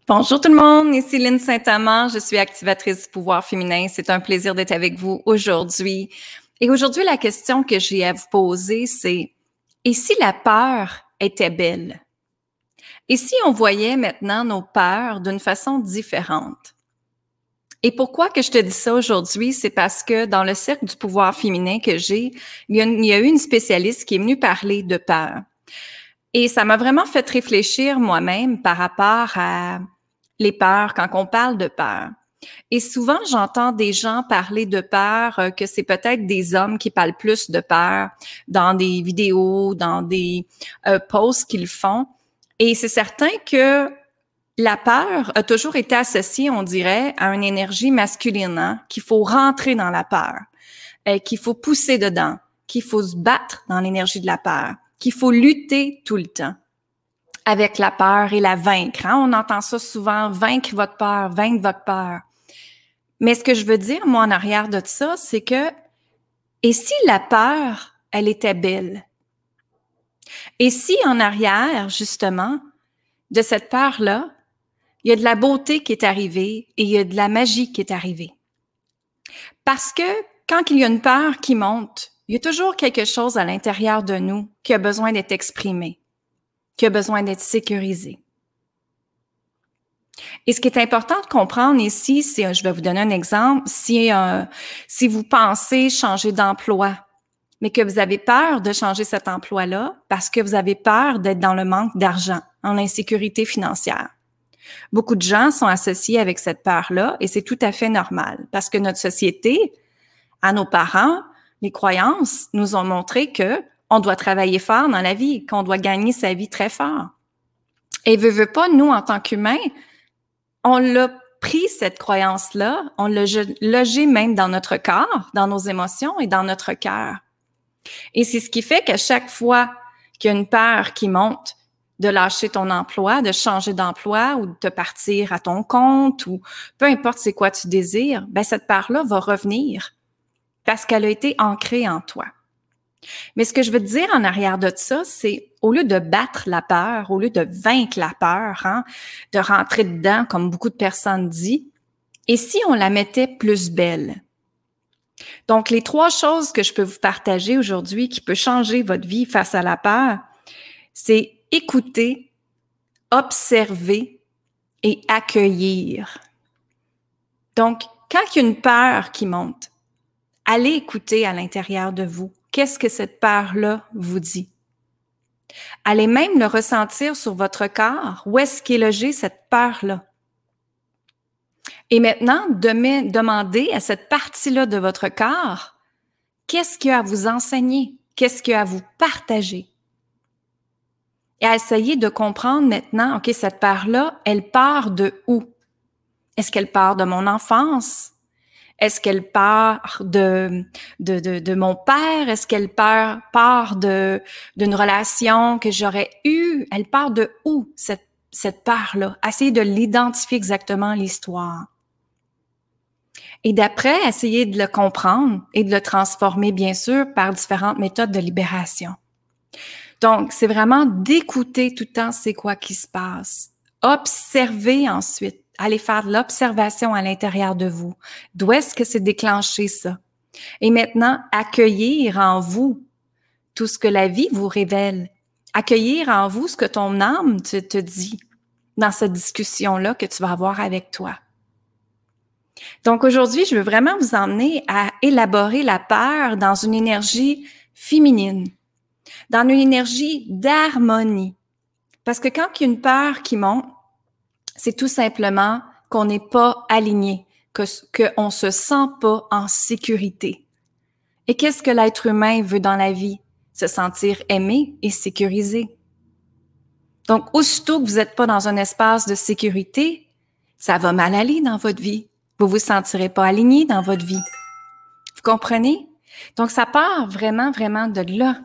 Bonjour tout le monde, ici Lynne Saint-Amand, je suis activatrice du pouvoir féminin. C'est un plaisir d'être avec vous aujourd'hui. Et aujourd'hui, la question que j'ai à vous poser, c'est « Et si la peur était belle? » Et si on voyait maintenant nos peurs d'une façon différente? Et pourquoi que je te dis ça aujourd'hui? C'est parce que dans le cercle du pouvoir féminin que j'ai, il y a eu une spécialiste qui est venue parler de peur. Et ça m'a vraiment fait réfléchir moi-même par rapport à les peurs, quand on parle de peur. Et souvent, j'entends des gens parler de peur, que c'est peut-être des hommes qui parlent plus de peur dans des vidéos, dans des posts qu'ils font. Et c'est certain que la peur a toujours été associée, on dirait, à une énergie masculine, hein, qu'il faut rentrer dans la peur, qu'il faut pousser dedans, qu'il faut se battre dans l'énergie de la peur, qu'il faut lutter tout le temps avec la peur et la vaincre. Hein? On entend ça souvent, vaincre votre peur, vaincre votre peur. Mais ce que je veux dire, moi, en arrière de ça, c'est que, et si la peur, elle était belle? Et si en arrière, justement, de cette peur-là, il y a de la beauté qui est arrivée et il y a de la magie qui est arrivée? Parce que quand il y a une peur qui monte, il y a toujours quelque chose à l'intérieur de nous qui a besoin d'être exprimé, qui a besoin d'être sécurisé. Et ce qui est important de comprendre ici, c'est, je vais vous donner un exemple, si vous pensez changer d'emploi, mais que vous avez peur de changer cet emploi-là parce que vous avez peur d'être dans le manque d'argent, en insécurité financière. Beaucoup de gens sont associés avec cette peur-là et c'est tout à fait normal parce que notre société, à nos parents, les croyances nous ont montré que on doit travailler fort dans la vie, qu'on doit gagner sa vie très fort. Et veut pas, nous, en tant qu'humains, on l'a pris, cette croyance-là, on l'a logé même dans notre corps, dans nos émotions et dans notre cœur. Et c'est ce qui fait qu'à chaque fois qu'il y a une peur qui monte de lâcher ton emploi, de changer d'emploi ou de te partir à ton compte ou peu importe c'est quoi tu désires, ben cette peur-là va revenir parce qu'elle a été ancrée en toi. Mais ce que je veux te dire en arrière de ça, c'est au lieu de battre la peur, au lieu de vaincre la peur, hein, de rentrer dedans, comme beaucoup de personnes disent, et si on la mettait plus belle? Donc, les 3 choses que je peux vous partager aujourd'hui qui peut changer votre vie face à la peur, c'est écouter, observer et accueillir. Donc, quand il y a une peur qui monte, allez écouter à l'intérieur de vous. Qu'est-ce que cette peur-là vous dit? Allez même le ressentir sur votre corps. Où est-ce qu'est logée cette peur-là? Et maintenant, demandez à cette partie-là de votre corps, qu'est-ce qu'il y a à vous enseigner? Qu'est-ce qu'il y a à vous partager? Et à essayer de comprendre maintenant, OK, cette peur-là, elle part de où? Est-ce qu'elle part de mon enfance? Est-ce qu'elle part de mon père? Est-ce qu'elle part d'une relation que j'aurais eue? Elle part de où, cette part-là? Essayez de l'identifier exactement, l'histoire. Et d'après, essayez de le comprendre et de le transformer, bien sûr, par différentes méthodes de libération. Donc, c'est vraiment d'écouter tout le temps c'est quoi qui se passe. Observer ensuite. Allez faire de l'observation à l'intérieur de vous. D'où est-ce que c'est déclenché ça? Et maintenant, accueillir en vous tout ce que la vie vous révèle. Accueillir en vous ce que ton âme te dit dans cette discussion-là que tu vas avoir avec toi. Donc aujourd'hui, je veux vraiment vous emmener à élaborer la peur dans une énergie féminine, dans une énergie d'harmonie. Parce que quand il y a une peur qui monte, c'est tout simplement qu'on n'est pas aligné, qu'on se sent pas en sécurité. Et qu'est-ce que l'être humain veut dans la vie? Se sentir aimé et sécurisé. Donc, aussitôt que vous n'êtes pas dans un espace de sécurité, ça va mal aller dans votre vie. Vous vous sentirez pas aligné dans votre vie. Vous comprenez? Donc, ça part vraiment, vraiment de là.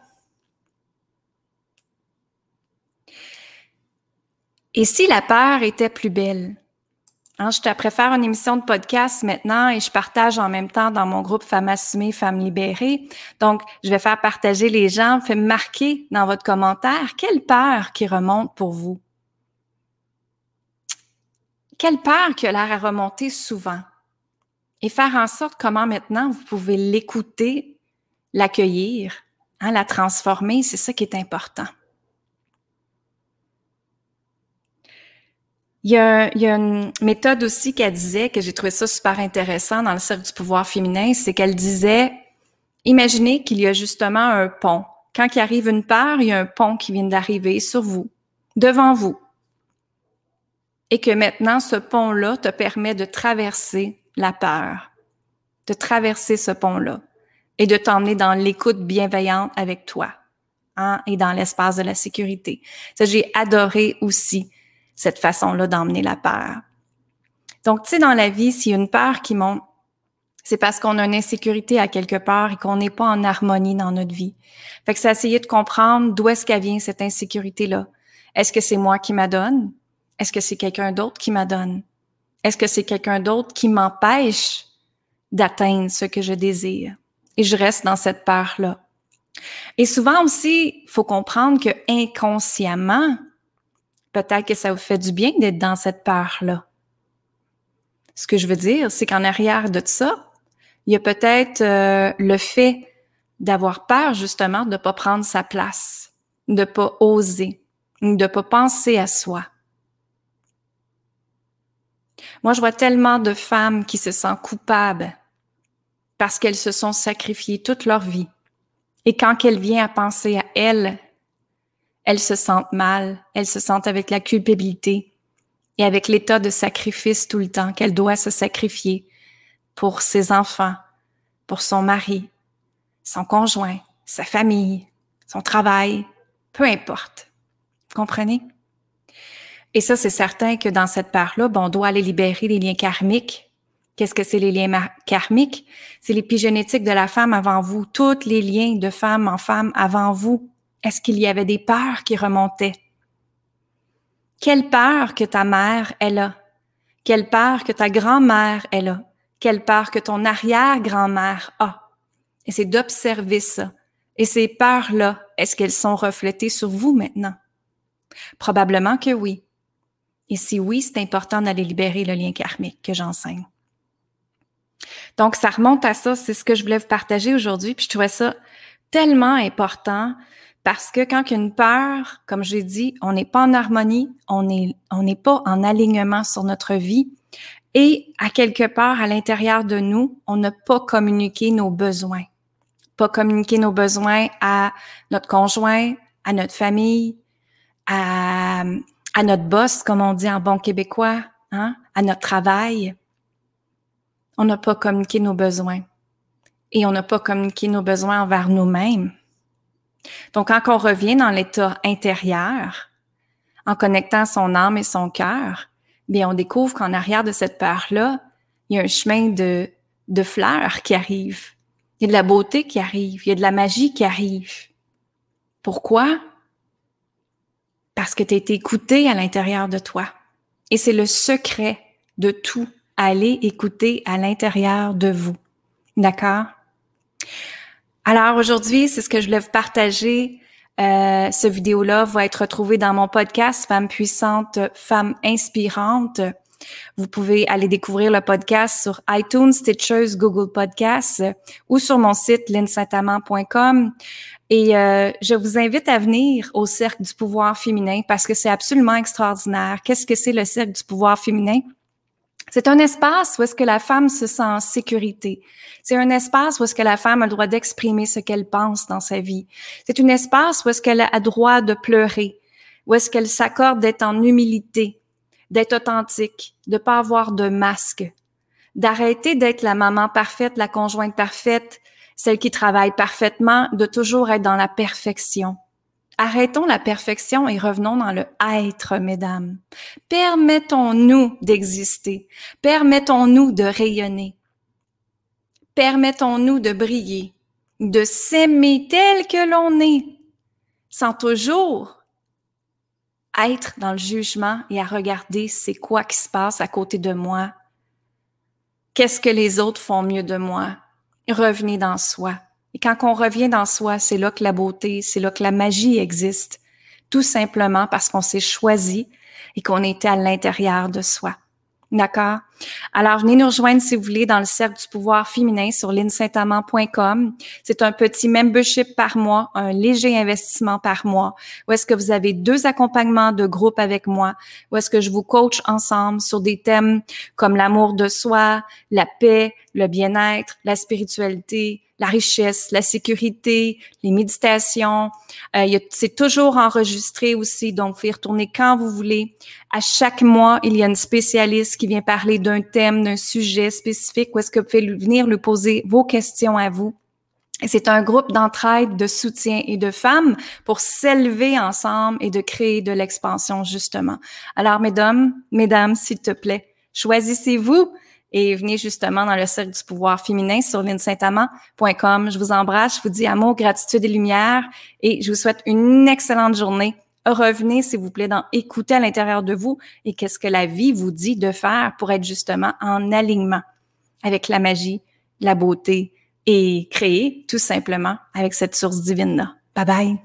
Et si la peur était plus belle? Hein, je te préfère une émission de podcast maintenant et je partage en même temps dans mon groupe Femmes assumées, Femmes libérées. Donc, je vais faire partager les gens, faites marquer dans votre commentaire quelle peur qui remonte pour vous. Quelle peur qui a l'air à remonter souvent? Et faire en sorte comment maintenant vous pouvez l'écouter, l'accueillir, la transformer, c'est ça qui est important. Il y a une méthode aussi qu'elle disait, que j'ai trouvé ça super intéressant dans le cercle du pouvoir féminin, c'est qu'elle disait, imaginez qu'il y a justement un pont. Quand il arrive une peur, il y a un pont qui vient d'arriver sur vous, devant vous. Et que maintenant, ce pont-là te permet de traverser la peur, de traverser ce pont-là et de t'emmener dans l'écoute bienveillante avec toi, et dans l'espace de la sécurité. Ça, j'ai adoré aussi cette façon-là d'emmener la peur. Donc, tu sais, dans la vie, s'il y a une peur qui monte, c'est parce qu'on a une insécurité à quelque part et qu'on n'est pas en harmonie dans notre vie. Fait que c'est essayer de comprendre d'où est-ce qu'elle vient, cette insécurité-là. Est-ce que c'est moi qui m'a donne? Est-ce que c'est quelqu'un d'autre qui m'a donne? Est-ce que c'est quelqu'un d'autre qui m'empêche d'atteindre ce que je désire? Et je reste dans cette peur-là. Et souvent aussi, il faut comprendre que inconsciemment, peut-être que ça vous fait du bien d'être dans cette peur-là. Ce que je veux dire, c'est qu'en arrière de ça, il y a peut-être le fait d'avoir peur, justement, de ne pas prendre sa place, de ne pas oser, de ne pas penser à soi. Moi, je vois tellement de femmes qui se sentent coupables parce qu'elles se sont sacrifiées toute leur vie. Et quand elles viennent à penser à elles, elles se sentent mal, elles se sentent avec la culpabilité et avec l'état de sacrifice tout le temps, qu'elle doit se sacrifier pour ses enfants, pour son mari, son conjoint, sa famille, son travail, peu importe. Vous comprenez? Et ça, c'est certain que dans cette part-là, on doit aller libérer les liens karmiques. Qu'est-ce que c'est les liens karmiques? C'est l'épigénétique de la femme avant vous, tous les liens de femme en femme avant vous. Est-ce qu'il y avait des peurs qui remontaient? Quelle peur que ta mère, elle a? Quelle peur que ta grand-mère, elle a? Quelle peur que ton arrière-grand-mère a? Et c'est d'observer ça. Et ces peurs-là, est-ce qu'elles sont reflétées sur vous maintenant? Probablement que oui. Et si oui, c'est important d'aller libérer le lien karmique que j'enseigne. Donc, ça remonte à ça, c'est ce que je voulais vous partager aujourd'hui, puis je trouvais ça tellement important parce que quand il y a une peur, comme je l'ai dit, on n'est pas en harmonie, on n'est pas en alignement sur notre vie et à quelque part, à l'intérieur de nous, on n'a pas communiqué nos besoins. Pas communiquer nos besoins à notre conjoint, à notre famille, à notre boss, comme on dit en bon québécois, à notre travail. On n'a pas communiqué nos besoins. Et on n'a pas communiqué nos besoins envers nous-mêmes. Donc, quand on revient dans l'état intérieur, en connectant son âme et son cœur, bien, on découvre qu'en arrière de cette peur-là, il y a un chemin de fleurs qui arrive. Il y a de la beauté qui arrive. Il y a de la magie qui arrive. Pourquoi? Parce que tu as été écouté à l'intérieur de toi. Et c'est le secret de tout. Aller écouter à l'intérieur de vous. D'accord? Alors aujourd'hui, c'est ce que je voulais vous partager. Ce vidéo-là va être retrouvé dans mon podcast Femmes puissantes, Femmes inspirantes. Vous pouvez aller découvrir le podcast sur iTunes, Stitchers, Google Podcasts ou sur mon site linsaintamant.com. Et je vous invite à venir au Cercle du pouvoir féminin parce que c'est absolument extraordinaire. Qu'est-ce que c'est le Cercle du pouvoir féminin? C'est un espace où est-ce que la femme se sent en sécurité. C'est un espace où est-ce que la femme a le droit d'exprimer ce qu'elle pense dans sa vie. C'est un espace où est-ce qu'elle a le droit de pleurer, où est-ce qu'elle s'accorde d'être en humilité, d'être authentique, de pas avoir de masque, d'arrêter d'être la maman parfaite, la conjointe parfaite, celle qui travaille parfaitement, de toujours être dans la perfection. Arrêtons la perfection et revenons dans le être, mesdames. Permettons-nous d'exister. Permettons-nous de rayonner. Permettons-nous de briller, de s'aimer tel que l'on est, sans toujours être dans le jugement et à regarder c'est quoi qui se passe à côté de moi. Qu'est-ce que les autres font mieux de moi? Revenez dans soi. Et quand on revient dans soi, c'est là que la beauté, c'est là que la magie existe. Tout simplement parce qu'on s'est choisi et qu'on était à l'intérieur de soi. D'accord. Alors, venez nous rejoindre si vous voulez dans le Cercle du pouvoir féminin sur linsaintamant.com. C'est un petit membership par mois, un léger investissement par mois, où est-ce que vous avez 2 accompagnements de groupe avec moi, où est-ce que je vous coach ensemble sur des thèmes comme l'amour de soi, la paix, le bien-être, la spiritualité, la richesse, la sécurité, les méditations. C'est toujours enregistré aussi, donc vous pouvez y retourner quand vous voulez. À chaque mois, il y a une spécialiste qui vient parler d'un thème, d'un sujet spécifique où est-ce que vous pouvez venir lui poser vos questions à vous. Et c'est un groupe d'entraide, de soutien et de femmes pour s'élever ensemble et de créer de l'expansion, justement. Alors, mesdames, s'il te plaît, choisissez-vous et venez justement dans le Cercle du pouvoir féminin sur linsaintamant.com. Je vous embrasse, je vous dis amour, gratitude et lumière et je vous souhaite une excellente journée. Revenez, s'il vous plaît, dans écouter à l'intérieur de vous et qu'est-ce que la vie vous dit de faire pour être justement en alignement avec la magie, la beauté et créer tout simplement avec cette source divine-là. Bye bye!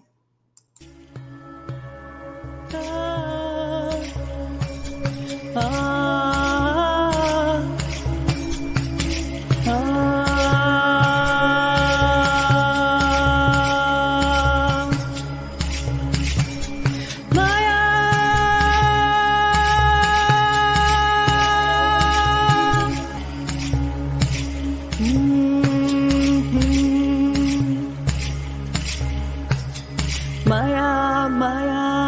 Maya, Maya.